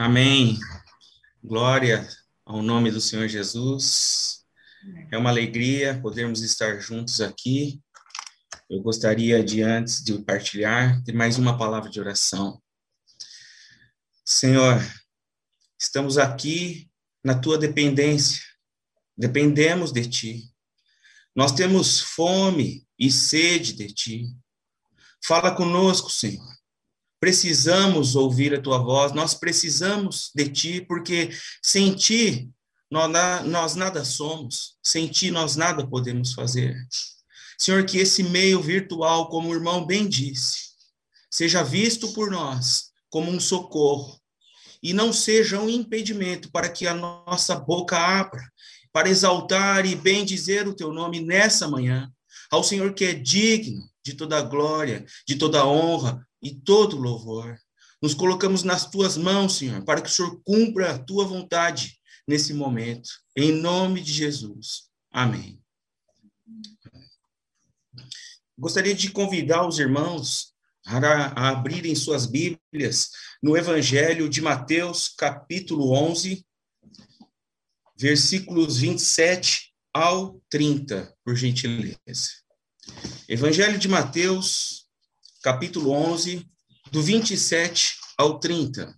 Amém. Glória ao nome do Senhor Jesus. É uma alegria podermos estar juntos aqui. Eu gostaria de, antes de partilhar, ter mais uma palavra de oração. Senhor, estamos aqui na tua dependência. Dependemos de ti. Nós temos fome e sede de ti. Fala conosco, Senhor. Precisamos ouvir a tua voz, nós precisamos de ti, porque sem ti nós nada somos, sem ti nós nada podemos fazer. Senhor, que esse meio virtual, como o irmão bem disse, seja visto por nós como um socorro e não seja um impedimento para que a nossa boca abra, para exaltar e bendizer o teu nome nessa manhã, ao Senhor que é digno de toda a glória, de toda a honra, e todo louvor. Nos colocamos nas tuas mãos, Senhor, para que o Senhor cumpra a tua vontade nesse momento. Em nome de Jesus. Amém. Gostaria de convidar os irmãos a abrirem suas Bíblias no Evangelho de Mateus, capítulo 11, versículos 27 ao 30, por gentileza. Evangelho de Mateus, capítulo 11, do 27 ao 30.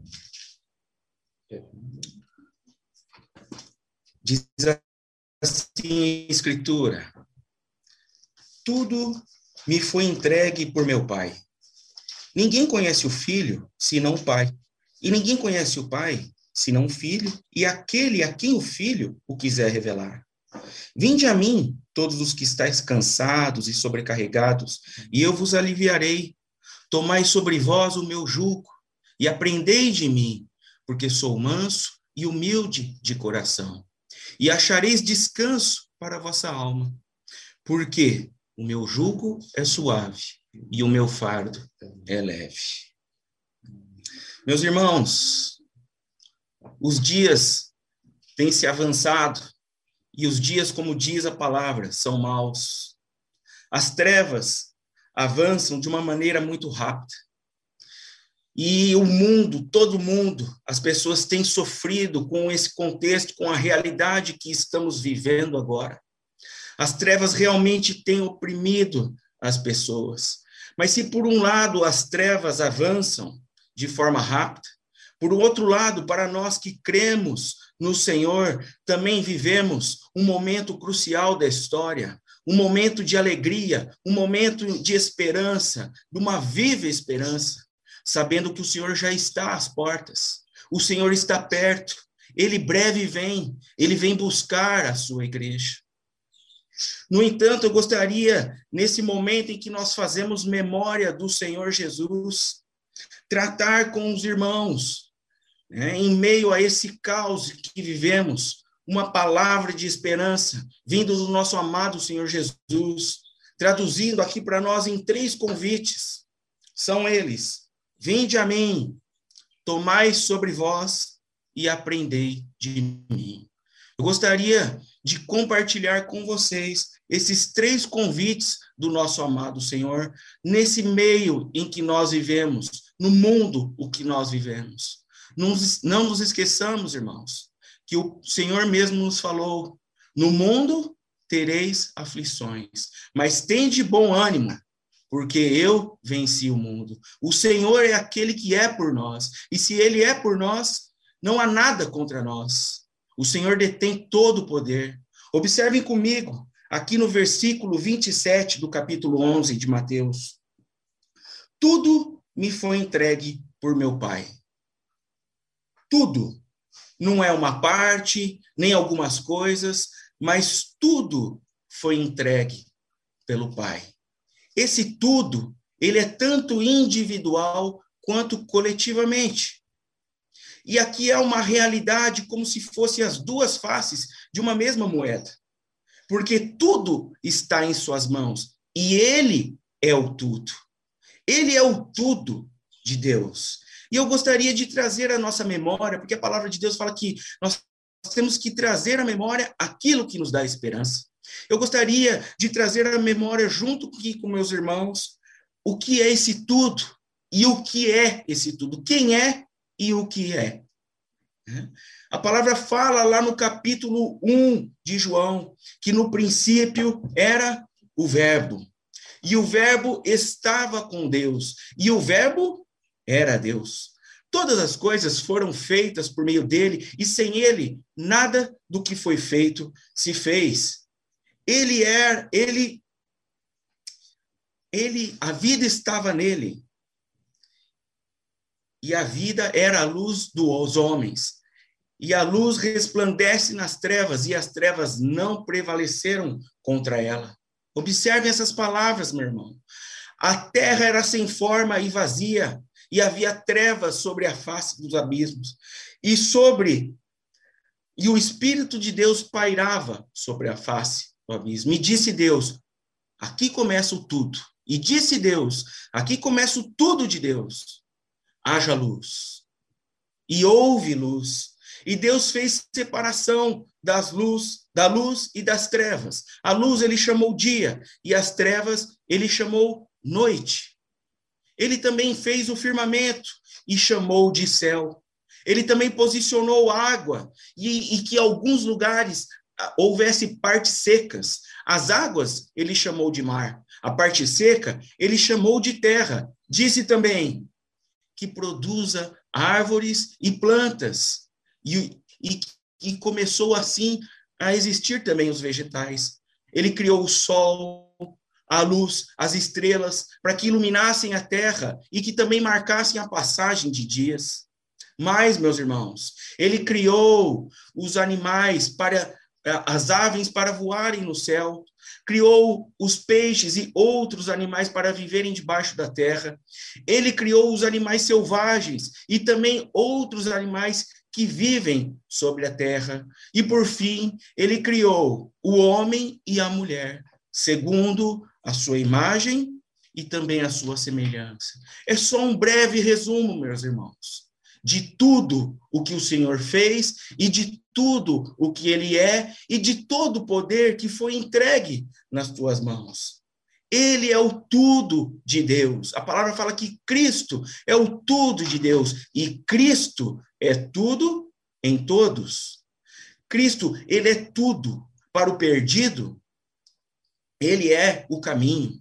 Diz assim a Escritura: tudo me foi entregue por meu Pai. Ninguém conhece o Filho, senão o Pai. E ninguém conhece o Pai, senão o Filho, e aquele a quem o Filho o quiser revelar. Vinde a mim, todos os que estáis cansados e sobrecarregados, e eu vos aliviarei. Tomai sobre vós o meu jugo, e aprendei de mim, porque sou manso e humilde de coração. E achareis descanso para a vossa alma, porque o meu jugo é suave, e o meu fardo é leve. Meus irmãos, os dias têm se avançado, e os dias, como diz a palavra, são maus. As trevas avançam de uma maneira muito rápida. E o mundo, todo mundo, as pessoas têm sofrido com esse contexto, com a realidade que estamos vivendo agora. As trevas realmente têm oprimido as pessoas. Mas se por um lado as trevas avançam de forma rápida, por outro lado, para nós que cremos no Senhor, também vivemos um momento crucial da história, um momento de alegria, um momento de esperança, de uma viva esperança, sabendo que o Senhor já está às portas, o Senhor está perto, Ele breve vem, Ele vem buscar a sua igreja. No entanto, eu gostaria, nesse momento em que nós fazemos memória do Senhor Jesus, tratar com os irmãos, em meio a esse caos que vivemos, uma palavra de esperança, vindo do nosso amado Senhor Jesus, traduzindo aqui para nós em 3 convites. São eles: vinde a mim, tomai sobre vós e aprendei de mim. Eu gostaria de compartilhar com vocês esses 3 convites do nosso amado Senhor, nesse meio em que nós vivemos, no mundo o que nós vivemos. Não nos esqueçamos, irmãos, que o Senhor mesmo nos falou: no mundo tereis aflições, mas tende bom ânimo, porque eu venci o mundo. O Senhor é aquele que é por nós, e se Ele é por nós, não há nada contra nós. O Senhor detém todo o poder. Observem comigo, aqui no versículo 27 do capítulo 11 de Mateus: tudo me foi entregue por meu Pai. Tudo. Não é uma parte, nem algumas coisas, mas tudo foi entregue pelo Pai. Esse tudo, ele é tanto individual quanto coletivamente. E aqui é uma realidade como se fossem as 2 faces de uma mesma moeda. Porque tudo está em suas mãos e ele é o tudo. Ele é o tudo de Deus. E eu gostaria de trazer à nossa memória, porque a palavra de Deus fala que nós temos que trazer à memória aquilo que nos dá esperança. Eu gostaria de trazer à memória, junto aqui com meus irmãos, o que é esse tudo e o que é esse tudo. Quem é e o que é. A palavra fala lá no capítulo 1 de João, que no princípio era o Verbo, e o Verbo estava com Deus, e o Verbo era Deus. Todas as coisas foram feitas por meio dele, e sem ele, nada do que foi feito se fez. A vida estava nele, e a vida era a luz dos homens. E a luz resplandece nas trevas, e as trevas não prevaleceram contra ela. Observe essas palavras, meu irmão. A terra era sem forma e vazia, e havia trevas sobre a face dos abismos. E o Espírito de Deus pairava sobre a face do abismo. E disse Deus, aqui começa o tudo. E disse Deus, aqui começa o tudo de Deus. Haja luz. E houve luz. E Deus fez separação da luz e das trevas. A luz ele chamou dia, e as trevas ele chamou noite. Ele também fez o firmamento e chamou de céu. Ele também posicionou água, e que em alguns lugares houvesse partes secas. As águas ele chamou de mar. A parte seca ele chamou de terra. Disse também que produza árvores e plantas. E começou assim a existir também os vegetais. Ele criou o sol, a luz, as estrelas, para que iluminassem a terra e que também marcassem a passagem de dias. Mas, meus irmãos, ele criou os animais as aves para voarem no céu, criou os peixes e outros animais para viverem debaixo da terra. Ele criou os animais selvagens e também outros animais que vivem sobre a terra. E, por fim, ele criou o homem e a mulher, segundo a sua imagem e também a sua semelhança. É só um breve resumo, meus irmãos, de tudo o que o Senhor fez e de tudo o que ele é e de todo o poder que foi entregue nas tuas mãos. Ele é o tudo de Deus. A palavra fala que Cristo é o tudo de Deus e Cristo é tudo em todos. Cristo, ele é tudo para o perdido. Ele é o caminho.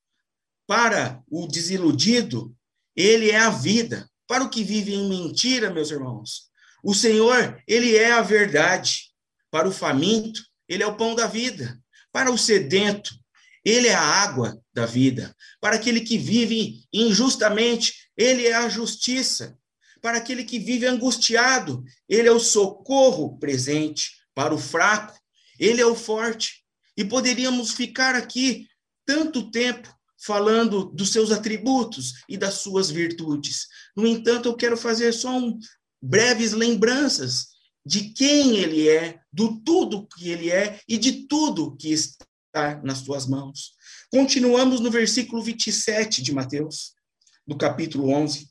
Para o desiludido, ele é a vida. Para o que vive em mentira, meus irmãos, o Senhor, ele é a verdade. Para o faminto, ele é o pão da vida. Para o sedento, ele é a água da vida. Para aquele que vive injustamente, ele é a justiça. Para aquele que vive angustiado, ele é o socorro presente. Para o fraco, ele é o forte. E poderíamos ficar aqui tanto tempo falando dos seus atributos e das suas virtudes. No entanto, eu quero fazer só breves lembranças de quem ele é, do tudo que ele é e de tudo que está nas suas mãos. Continuamos no versículo 27 de Mateus, do capítulo 11.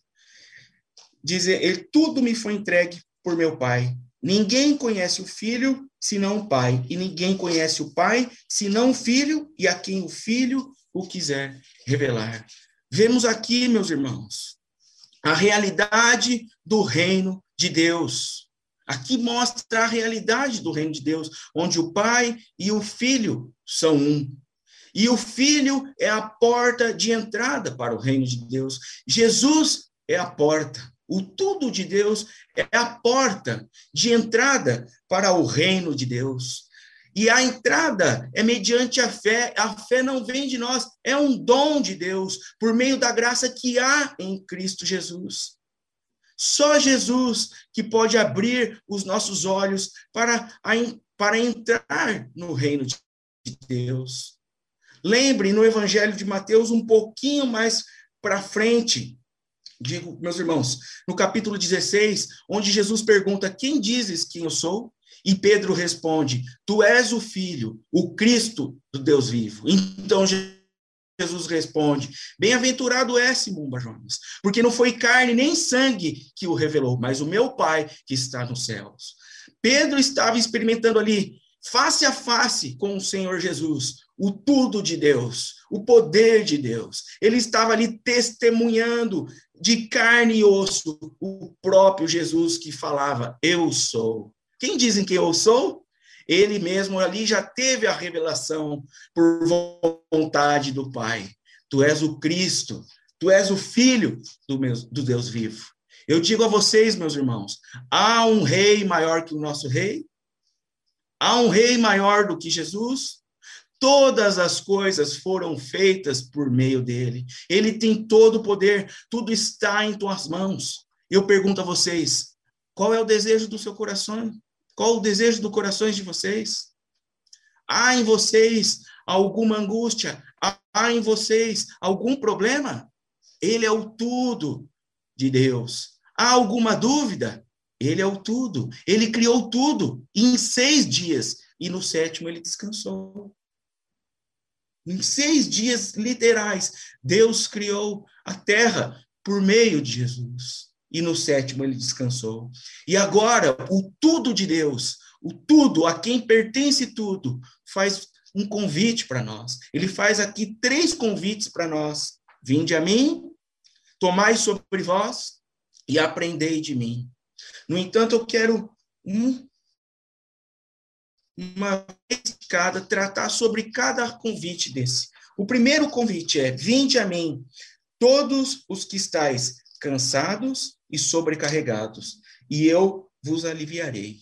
Diz, tudo me foi entregue por meu Pai. Ninguém conhece o Filho, senão o Pai. E ninguém conhece o Pai, senão o Filho, e a quem o Filho o quiser revelar. Vemos aqui, meus irmãos, a realidade do reino de Deus. Aqui mostra a realidade do reino de Deus, onde o Pai e o Filho são um. E o Filho é a porta de entrada para o reino de Deus. Jesus é a porta. O tudo de Deus é a porta de entrada para o reino de Deus. E a entrada é mediante a fé não vem de nós, é um dom de Deus, por meio da graça que há em Cristo Jesus. Só Jesus que pode abrir os nossos olhos para entrar no reino de Deus. Lembre, no Evangelho de Mateus, um pouquinho mais para frente, digo, meus irmãos, no capítulo 16, onde Jesus pergunta, quem dizes que eu sou? E Pedro responde, tu és o Filho, o Cristo do Deus vivo. Então Jesus responde, bem-aventurado és, Simão Barjonas, porque não foi carne nem sangue que o revelou, mas o meu Pai que está nos céus. Pedro estava experimentando ali, face a face com o Senhor Jesus, o tudo de Deus, o poder de Deus. Ele estava ali testemunhando de carne e osso, o próprio Jesus que falava, eu sou. Quem dizem que eu sou? Ele mesmo ali já teve a revelação por vontade do Pai. Tu és o Cristo, tu és o Filho do Deus vivo. Eu digo a vocês, meus irmãos, há um rei maior que o nosso rei? Há um rei maior do que Jesus? Todas as coisas foram feitas por meio dele. Ele tem todo o poder, tudo está em tuas mãos. Eu pergunto a vocês, qual é o desejo do seu coração? Qual o desejo do coração de vocês? Há em vocês alguma angústia? Há em vocês algum problema? Ele é o tudo de Deus. Há alguma dúvida? Ele é o tudo. Ele criou tudo em 6 dias. E no 7º ele descansou. Em 6 dias literais, Deus criou a terra por meio de Jesus. E no 7º ele descansou. E agora, o tudo de Deus, o tudo, a quem pertence tudo, faz um convite para nós. Ele faz aqui 3 convites para nós. Vinde a mim, tomai sobre vós e aprendei de mim. No entanto, eu quero uma vez cada tratar sobre cada convite desse. O primeiro convite é: vinde a mim, todos os que estáis cansados e sobrecarregados, e eu vos aliviarei.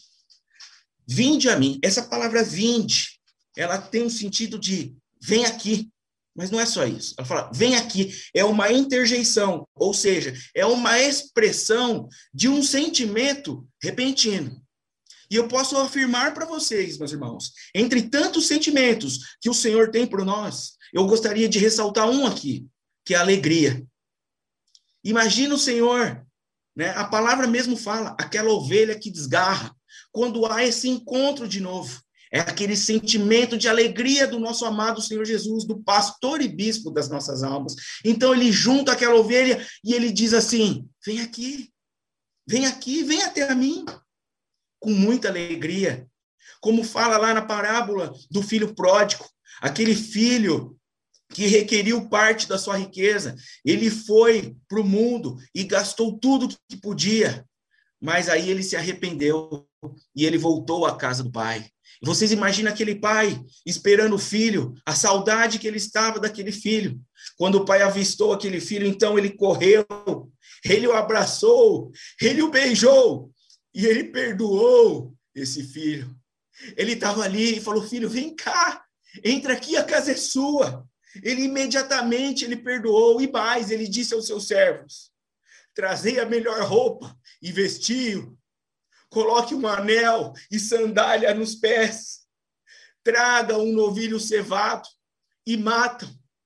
Vinde a mim. Essa palavra vinde, ela tem um sentido de vem aqui. Mas não é só isso. Ela fala, vem aqui. É uma interjeição, ou seja, é uma expressão de um sentimento repentino. E eu posso afirmar para vocês, meus irmãos, entre tantos sentimentos que o Senhor tem por nós, eu gostaria de ressaltar um aqui, que é a alegria. Imagina o Senhor, né? A palavra mesmo fala, aquela ovelha que desgarra, quando há esse encontro de novo. É aquele sentimento de alegria do nosso amado Senhor Jesus, do pastor e bispo das nossas almas. Então ele junta aquela ovelha e ele diz assim, vem aqui, vem até a mim, com muita alegria. Como fala lá na parábola do filho pródigo, aquele filho que requeriu parte da sua riqueza, ele foi para o mundo e gastou tudo que podia, mas aí ele se arrependeu e ele voltou à casa do pai. Vocês imaginam aquele pai esperando o filho, a saudade que ele estava daquele filho. Quando o pai avistou aquele filho, então ele correu, ele o abraçou, ele o beijou e ele perdoou esse filho. Ele estava ali e falou, filho, vem cá, entra aqui, a casa é sua. Ele imediatamente ele perdoou e mais, ele disse aos seus servos, trazei a melhor roupa e vestiu. Coloque um anel e sandália nos pés. Traga um novilho cevado e matam.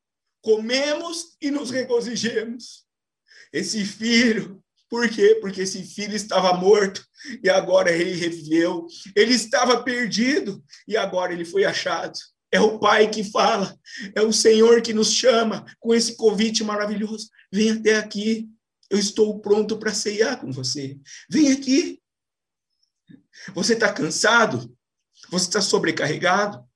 Comemos e nos regozijemos. Esse filho, por quê? Porque esse filho estava morto e agora ele reviveu. Ele estava perdido e agora ele foi achado. É o Pai que fala, é o Senhor que nos chama com esse convite maravilhoso. Vem até aqui, eu estou pronto para ceiar com você. Vem aqui. Você está cansado? Você está sobrecarregado?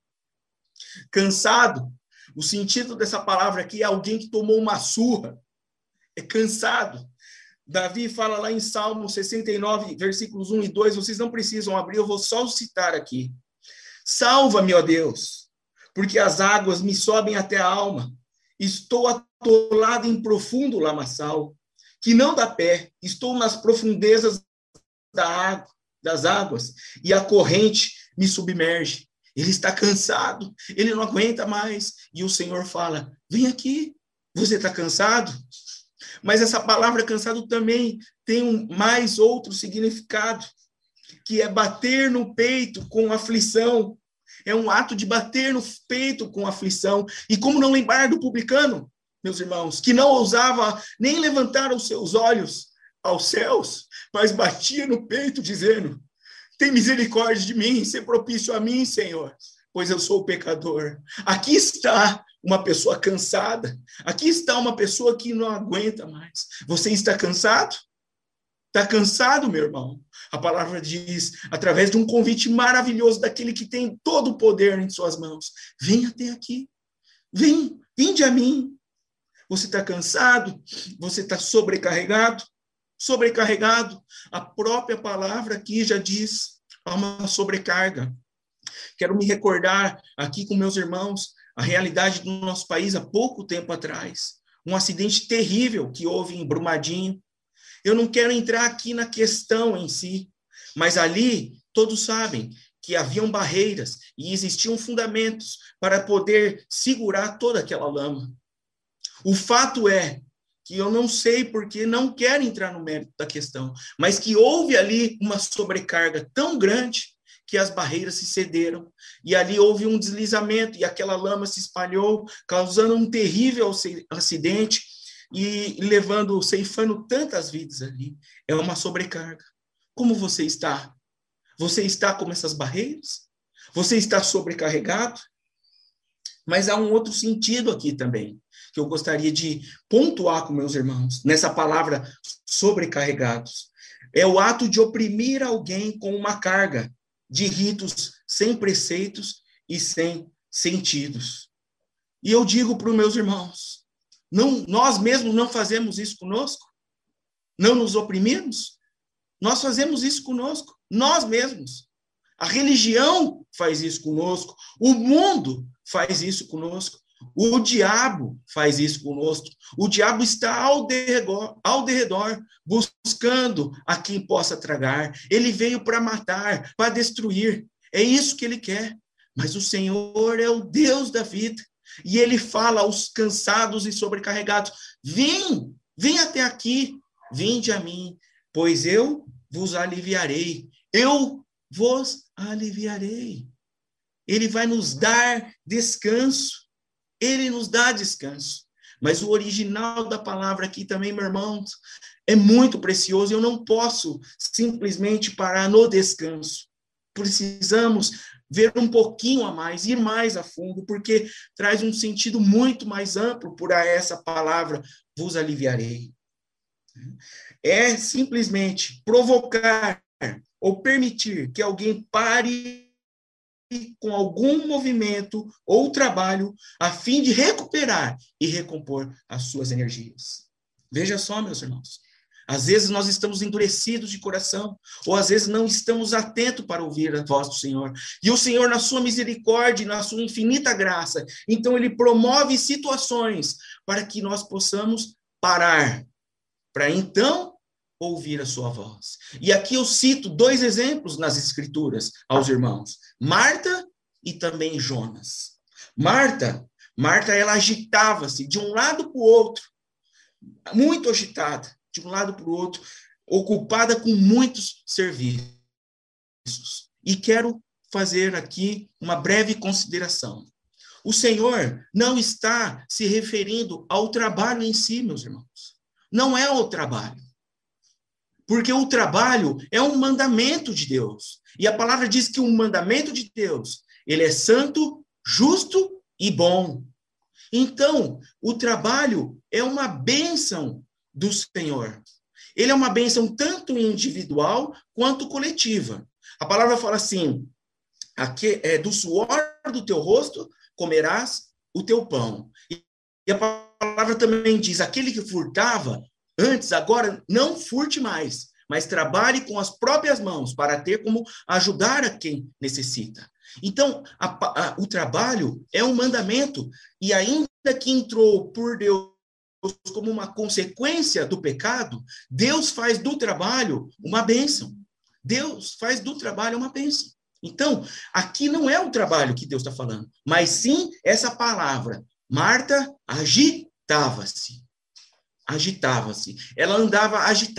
Cansado? O sentido dessa palavra aqui é alguém que tomou uma surra. É cansado. Davi fala lá em Salmo 69, versículos 1 e 2, vocês não precisam abrir, eu vou só citar aqui. Salva-me, ó Deus, porque as águas me sobem até a alma. Estou atolado em profundo lamaçal, que não dá pé. Estou nas profundezas das águas, e a corrente me submerge. Ele está cansado, ele não aguenta mais. E o Senhor fala, vem aqui, você está cansado? Mas essa palavra cansado também tem mais outro significado, que é bater no peito com aflição. É um ato de bater no peito com aflição. E como não lembrar do publicano, meus irmãos, que não ousava nem levantar os seus olhos aos céus, mas batia no peito dizendo, tem misericórdia de mim, ser propício a mim, Senhor, pois eu sou pecador. Aqui está uma pessoa cansada, aqui está uma pessoa que não aguenta mais. Você está cansado? Está cansado, meu irmão? A palavra diz, através de um convite maravilhoso daquele que tem todo o poder em suas mãos, vem até aqui, vinde a mim, Você está cansado? Você está sobrecarregado? Sobrecarregado? A própria palavra aqui já diz, há uma sobrecarga. Quero me recordar aqui com meus irmãos a realidade do nosso país há pouco tempo atrás. Um acidente terrível que houve em Brumadinho. Eu não quero entrar aqui na questão em si, mas ali todos sabem que haviam barreiras e existiam fundamentos para poder segurar toda aquela lama. O fato é que eu não sei porque não quero entrar no mérito da questão, mas que houve ali uma sobrecarga tão grande que as barreiras se cederam, e ali houve um deslizamento, e aquela lama se espalhou, causando um terrível acidente, e ceifando tantas vidas ali. É uma sobrecarga. Como você está? Você está com essas barreiras? Você está sobrecarregado? Mas há um outro sentido aqui também, que eu gostaria de pontuar com meus irmãos, nessa palavra sobrecarregados. É o ato de oprimir alguém com uma carga de ritos sem preceitos e sem sentidos. E eu digo para os meus irmãos, nós mesmos não fazemos isso conosco? Não nos oprimimos? Nós fazemos isso conosco, nós mesmos. A religião faz isso conosco, o mundo faz isso conosco, o diabo faz isso conosco. O diabo está ao derredor, buscando a quem possa tragar. Ele veio para matar, para destruir. É isso que ele quer. Mas o Senhor é o Deus da vida. E ele fala aos cansados e sobrecarregados: vem até aqui, vinde a mim, pois eu vos aliviarei. Eu vos aliviarei. Ele vai nos dar descanso. Ele nos dá descanso. Mas o original da palavra aqui também, meus irmãos, é muito precioso. Eu não posso simplesmente parar no descanso. Precisamos ver um pouquinho a mais, ir mais a fundo, porque traz um sentido muito mais amplo por essa palavra, vos aliviarei. É simplesmente provocar ou permitir que alguém pare com algum movimento ou trabalho a fim de recuperar e recompor as suas energias. Veja só, meus irmãos, às vezes nós estamos endurecidos de coração, ou às vezes não estamos atentos para ouvir a voz do Senhor. E o Senhor, na sua misericórdia, na sua infinita graça, então ele promove situações para que nós possamos parar, para então ouvir a sua voz. E aqui eu cito 2 exemplos nas Escrituras aos irmãos, Marta e também Jonas. Marta, ela agitava-se de um lado para o outro, muito agitada, de um lado para o outro, ocupada com muitos serviços. E quero fazer aqui uma breve consideração. O Senhor não está se referindo ao trabalho em si, meus irmãos. Não é o trabalho. Porque o trabalho é um mandamento de Deus. E a palavra diz que o mandamento de Deus, ele é santo, justo e bom. Então, o trabalho é uma bênção do Senhor. Ele é uma bênção tanto individual quanto coletiva. A palavra fala assim, do suor do teu rosto comerás o teu pão. E a palavra também diz, aquele que furtava, antes, agora, não furte mais, mas trabalhe com as próprias mãos para ter como ajudar a quem necessita. Então, o trabalho é um mandamento, e ainda que entrou por Deus como uma consequência do pecado, Deus faz do trabalho uma bênção. Deus faz do trabalho uma bênção. Então, aqui não é o trabalho que Deus está falando, mas sim essa palavra. Marta agitava-se. Ela andava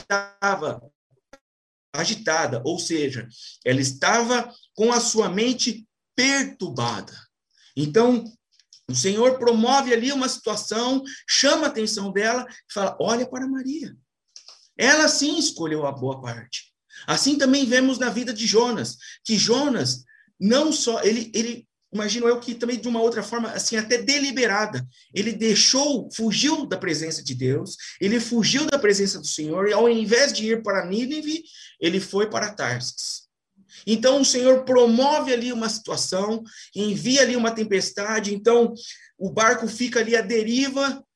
agitada, ou seja, ela estava com a sua mente perturbada. Então, o Senhor promove ali uma situação, chama a atenção dela e fala, olha para Maria. Ela sim escolheu a boa parte. Assim também vemos na vida de Jonas, que Jonas não só, ele imagino eu que também de uma outra forma, assim, até deliberada, ele fugiu da presença de Deus, ele fugiu da presença do Senhor, e ao invés de ir para Nínive, ele foi para Tarsis. Então, o Senhor promove ali uma situação, envia ali uma tempestade, então o barco fica ali à deriva,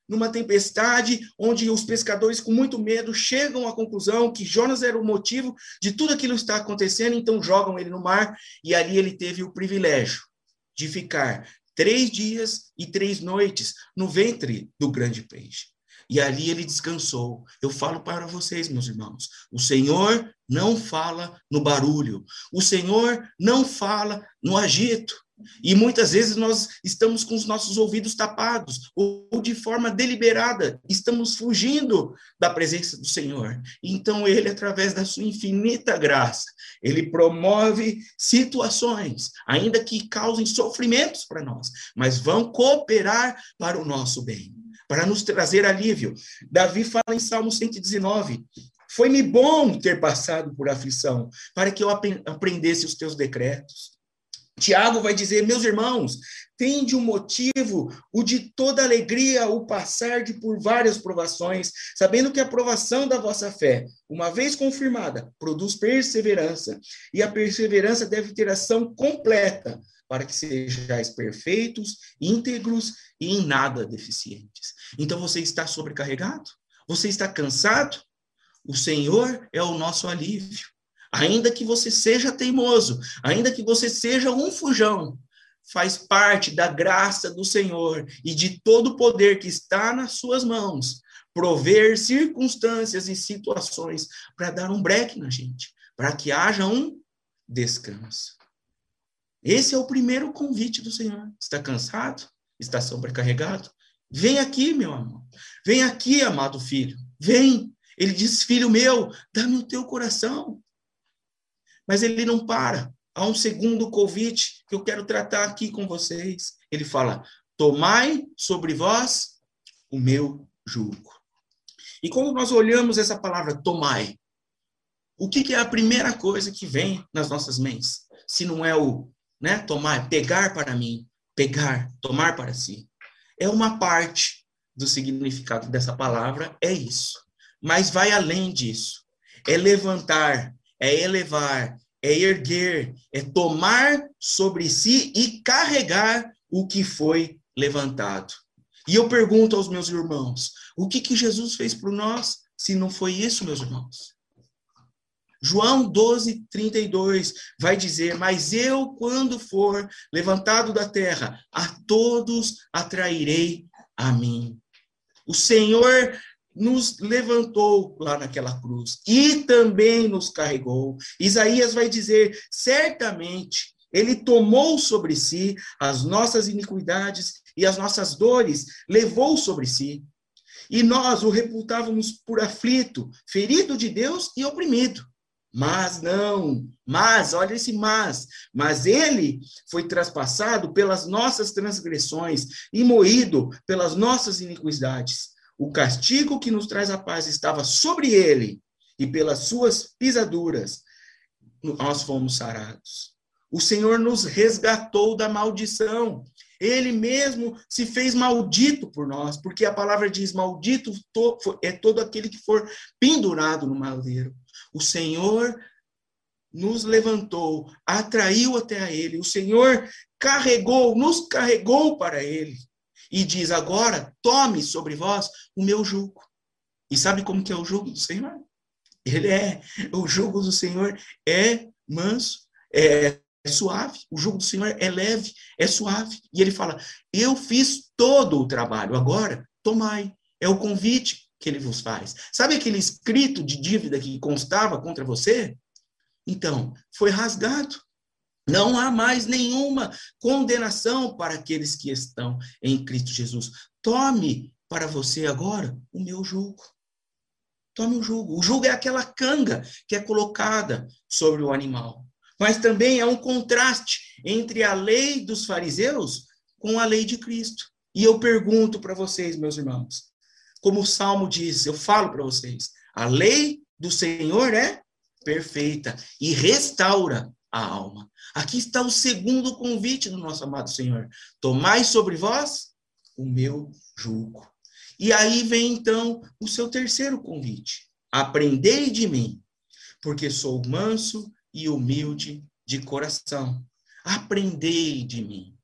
numa tempestade, onde os pescadores, com muito medo, chegam à conclusão que Jonas era o motivo de tudo aquilo que está acontecendo, então jogam ele no mar, e ali ele teve o privilégio de ficar 3 dias e 3 noites no ventre do grande peixe. E ali ele descansou. Eu falo para vocês, meus irmãos, o Senhor não fala no barulho, o Senhor não fala no agito. E muitas vezes nós estamos com os nossos ouvidos tapados, ou de forma deliberada, estamos fugindo da presença do Senhor. Então ele, através da sua infinita graça, ele promove situações, ainda que causem sofrimentos para nós, mas vão cooperar para o nosso bem, para nos trazer alívio. Davi fala em Salmo 119, foi-me bom ter passado por aflição, para que eu aprendesse os teus decretos. Tiago vai dizer, meus irmãos, tende um motivo, o de toda alegria, o passar de por várias provações, sabendo que a provação da vossa fé, uma vez confirmada, produz perseverança, e a perseverança deve ter ação completa, para que sejais perfeitos, íntegros e em nada deficientes. Então você está sobrecarregado? Você está cansado? O Senhor é o nosso alívio. Ainda que você seja teimoso, ainda que você seja um fujão, faz parte da graça do Senhor e de todo o poder que está nas suas mãos, prover circunstâncias e situações para dar um break na gente, para que haja um descanso. Esse é o primeiro convite do Senhor. Está cansado? Está sobrecarregado? Vem aqui, meu amor. Vem aqui, amado filho. Vem. Ele diz, filho meu, dá-me o teu coração. Mas ele não para. Há um segundo convite que eu quero tratar aqui com vocês. Ele fala, tomai sobre vós o meu jugo. E quando nós olhamos essa palavra, tomai, o que é a primeira coisa que vem nas nossas mentes? Se não é o, tomar, pegar para mim, pegar, tomar para si. É uma parte do significado dessa palavra, é isso. Mas vai além disso. É levantar, é elevar, é erguer, é tomar sobre si e carregar o que foi levantado. E eu pergunto aos meus irmãos, o que Jesus fez por nós, se não foi isso, meus irmãos? João 12:32 vai dizer, mas eu, quando for levantado da terra, a todos atrairei a mim. O Senhor nos levantou lá naquela cruz e também nos carregou. Isaías vai dizer, certamente, ele tomou sobre si as nossas iniquidades e as nossas dores, levou sobre si. E nós o reputávamos por aflito, ferido de Deus e oprimido. Mas não, olha esse mas ele foi traspassado pelas nossas transgressões e moído pelas nossas iniquidades. O castigo que nos traz a paz estava sobre ele, e pelas suas pisaduras nós fomos sarados. O Senhor nos resgatou da maldição. Ele mesmo se fez maldito por nós, porque a palavra diz, maldito é todo aquele que for pendurado no madeiro. O Senhor nos levantou, atraiu até a ele. O Senhor nos carregou para ele. E diz, agora, tome sobre vós o meu jugo. E sabe como que é o jugo do Senhor? O jugo do Senhor é manso, é suave. O jugo do Senhor é leve, é suave. E ele fala, eu fiz todo o trabalho, agora, tomai. É o convite que ele vos faz. Sabe aquele escrito de dívida que constava contra você? Então, foi rasgado. Não há mais nenhuma condenação para aqueles que estão em Cristo Jesus. Tome para você agora o meu jugo. Tome o jugo. O jugo é aquela canga que é colocada sobre o animal. Mas também é um contraste entre a lei dos fariseus com a lei de Cristo. E eu pergunto para vocês, meus irmãos, como o Salmo diz, eu falo para vocês, a lei do Senhor é perfeita e restaura a alma. Aqui está o segundo convite do nosso amado Senhor. Tomai sobre vós o meu jugo. E aí vem, então, o seu terceiro convite. Aprendei de mim, porque sou manso e humilde de coração. Aprendei de mim.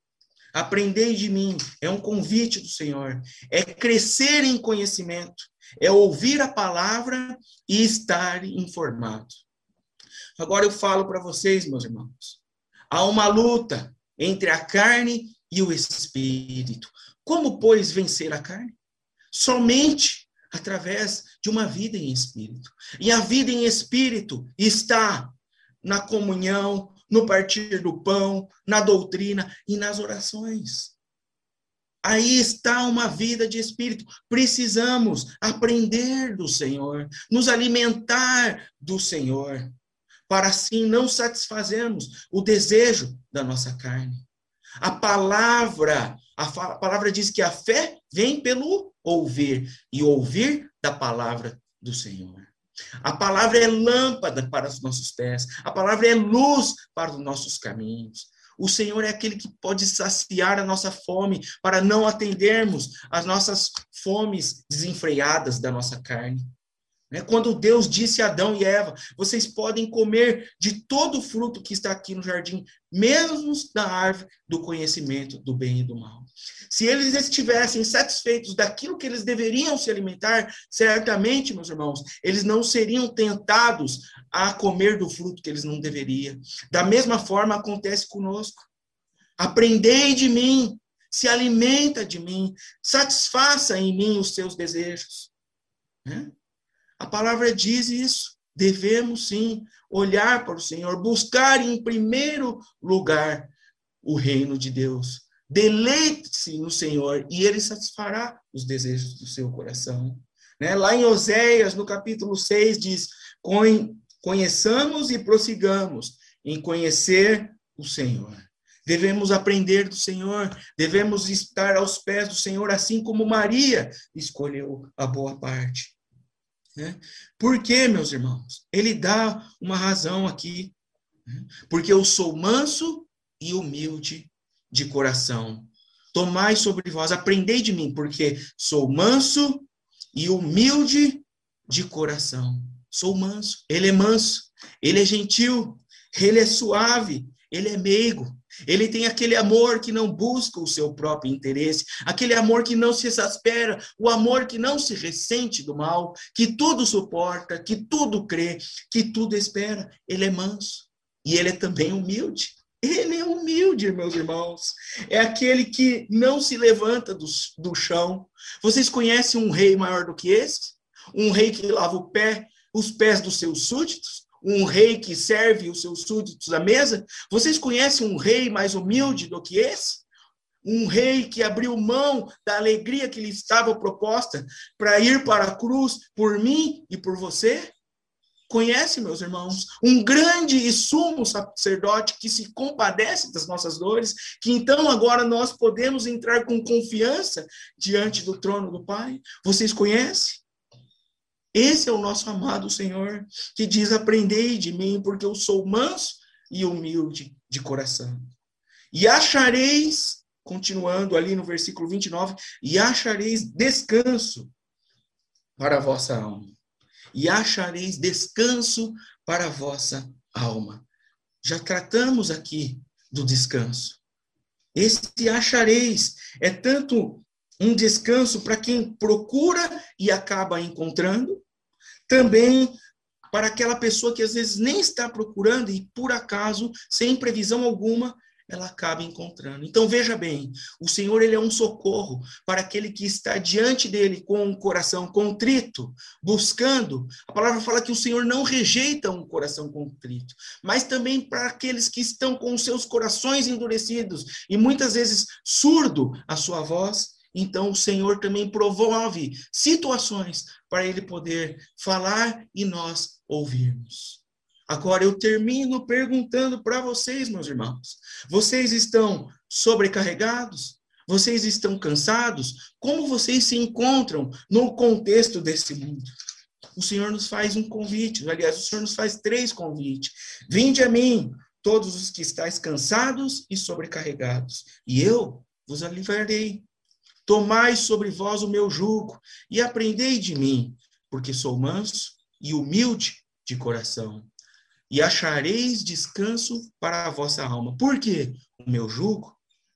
Aprendei de mim, é um convite do Senhor, é crescer em conhecimento, é ouvir a palavra e estar informado. Agora eu falo para vocês, meus irmãos, há uma luta entre a carne e o espírito. Como, pois, vencer a carne? Somente através de uma vida em espírito. E a vida em espírito está na comunhão, no partir do pão, na doutrina e nas orações. Aí está uma vida de espírito. Precisamos aprender do Senhor, nos alimentar do Senhor, para assim não satisfazermos o desejo da nossa carne. A palavra diz que a fé vem pelo ouvir, e ouvir da palavra do Senhor. A palavra é lâmpada para os nossos pés, a palavra é luz para os nossos caminhos. O Senhor é aquele que pode saciar a nossa fome para não atendermos às nossas fomes desenfreadas da nossa carne. Quando Deus disse a Adão e Eva, vocês podem comer de todo o fruto que está aqui no jardim, mesmo da árvore do conhecimento do bem e do mal. Se eles estivessem satisfeitos daquilo que eles deveriam se alimentar, certamente, meus irmãos, eles não seriam tentados a comer do fruto que eles não deveriam. Da mesma forma acontece conosco. Aprendei de mim, se alimenta de mim, satisfaça em mim os seus desejos. A palavra diz isso. Devemos, sim, olhar para o Senhor, buscar em primeiro lugar o reino de Deus. Deleite-se no Senhor e Ele satisfará os desejos do seu coração. Lá em Oséias, no capítulo 6, diz: conheçamos e prossigamos em conhecer o Senhor. Devemos aprender do Senhor, devemos estar aos pés do Senhor, assim como Maria escolheu a boa parte. Por quê, meus irmãos? Ele dá uma razão aqui. Porque eu sou manso e humilde de coração. Tomai sobre vós, aprendei de mim, porque sou manso e humilde de coração. Sou manso, ele é gentil, ele é suave, ele é meigo. Ele tem aquele amor que não busca o seu próprio interesse, aquele amor que não se exaspera, o amor que não se ressente do mal, que tudo suporta, que tudo crê, que tudo espera. Ele é manso e ele é também humilde. Ele é humilde, meus irmãos. É aquele que não se levanta do chão. Vocês conhecem um rei maior do que esse? Um rei que lava os pés dos seus súditos? Um rei que serve os seus súditos à mesa? Vocês conhecem um rei mais humilde do que esse? Um rei que abriu mão da alegria que lhe estava proposta para ir para a cruz por mim e por você? Conhece, meus irmãos, um grande e sumo sacerdote que se compadece das nossas dores, que então agora nós podemos entrar com confiança diante do trono do Pai? Vocês conhecem? Esse é o nosso amado Senhor, que diz: aprendei de mim, porque eu sou manso e humilde de coração. E achareis, continuando ali no versículo 29, e achareis descanso para a vossa alma. E achareis descanso para a vossa alma. Já tratamos aqui do descanso. Esse achareis é tanto um descanso para quem procura e acaba encontrando, também para aquela pessoa que às vezes nem está procurando e, por acaso, sem previsão alguma, ela acaba encontrando. Então, veja bem, o Senhor, ele é um socorro para aquele que está diante dele com um coração contrito, buscando. A palavra fala que o Senhor não rejeita um coração contrito, mas também para aqueles que estão com seus corações endurecidos e muitas vezes surdo a sua voz. Então, o Senhor também promove situações para ele poder falar e nós ouvirmos. Agora, eu termino perguntando para vocês, meus irmãos. Vocês estão sobrecarregados? Vocês estão cansados? Como vocês se encontram no contexto desse mundo? O Senhor nos faz um convite. Aliás, o Senhor nos faz 3 convites. Vinde a mim, todos os que estáis cansados e sobrecarregados, e eu vos aliviarei. Tomai sobre vós o meu jugo e aprendei de mim, porque sou manso e humilde de coração. E achareis descanso para a vossa alma. Por quê? O meu jugo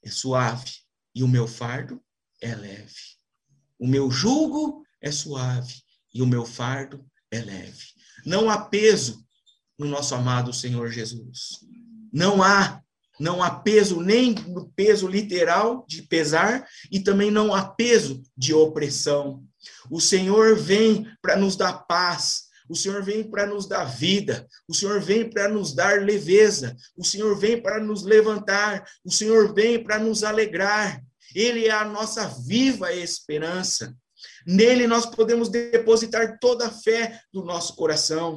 é suave e o meu fardo é leve. O meu jugo é suave e o meu fardo é leve. Não há peso no nosso amado Senhor Jesus. Não há peso, nem no peso literal de pesar, e também não há peso de opressão. O Senhor vem para nos dar paz, o Senhor vem para nos dar vida, o Senhor vem para nos dar leveza, o Senhor vem para nos levantar, o Senhor vem para nos alegrar. Ele é a nossa viva esperança. Nele nós podemos depositar toda a fé do nosso coração.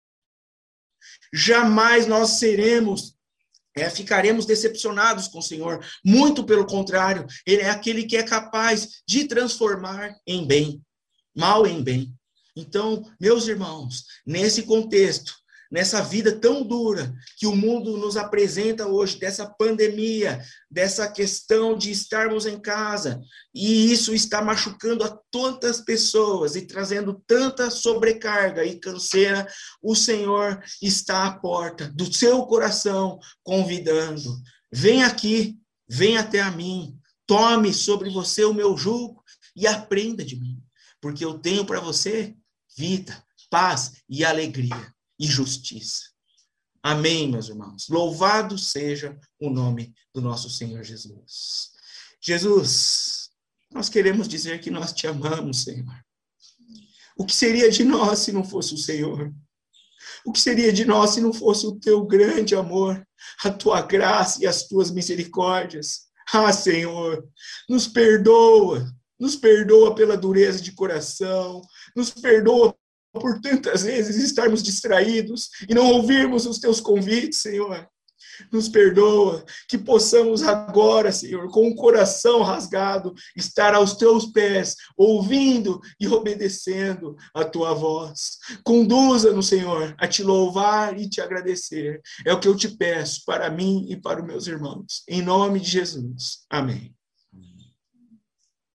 Jamais nós ficaremos decepcionados com o Senhor. Muito pelo contrário, Ele é aquele que é capaz de transformar em bem, mal em bem. Então, meus irmãos, nesse contexto, nessa vida tão dura que o mundo nos apresenta hoje, dessa pandemia, dessa questão de estarmos em casa, e isso está machucando a tantas pessoas e trazendo tanta sobrecarga e canseira, o Senhor está à porta do seu coração, convidando: vem aqui, vem até a mim, tome sobre você o meu jugo e aprenda de mim, porque eu tenho para você vida, paz e alegria e justiça. Amém, meus irmãos. Louvado seja o nome do nosso Senhor Jesus. Jesus, nós queremos dizer que nós te amamos, Senhor. O que seria de nós se não fosse o Senhor? O que seria de nós se não fosse o teu grande amor, a tua graça e as tuas misericórdias? Ah, Senhor, nos perdoa pela dureza de coração, nos perdoa por tantas vezes estarmos distraídos e não ouvirmos os teus convites, Senhor. Nos perdoa, que possamos agora, Senhor, com o coração rasgado, estar aos teus pés, ouvindo e obedecendo a tua voz. Conduza-nos, Senhor, a te louvar e te agradecer. É o que eu te peço para mim e para os meus irmãos. Em nome de Jesus. Amém.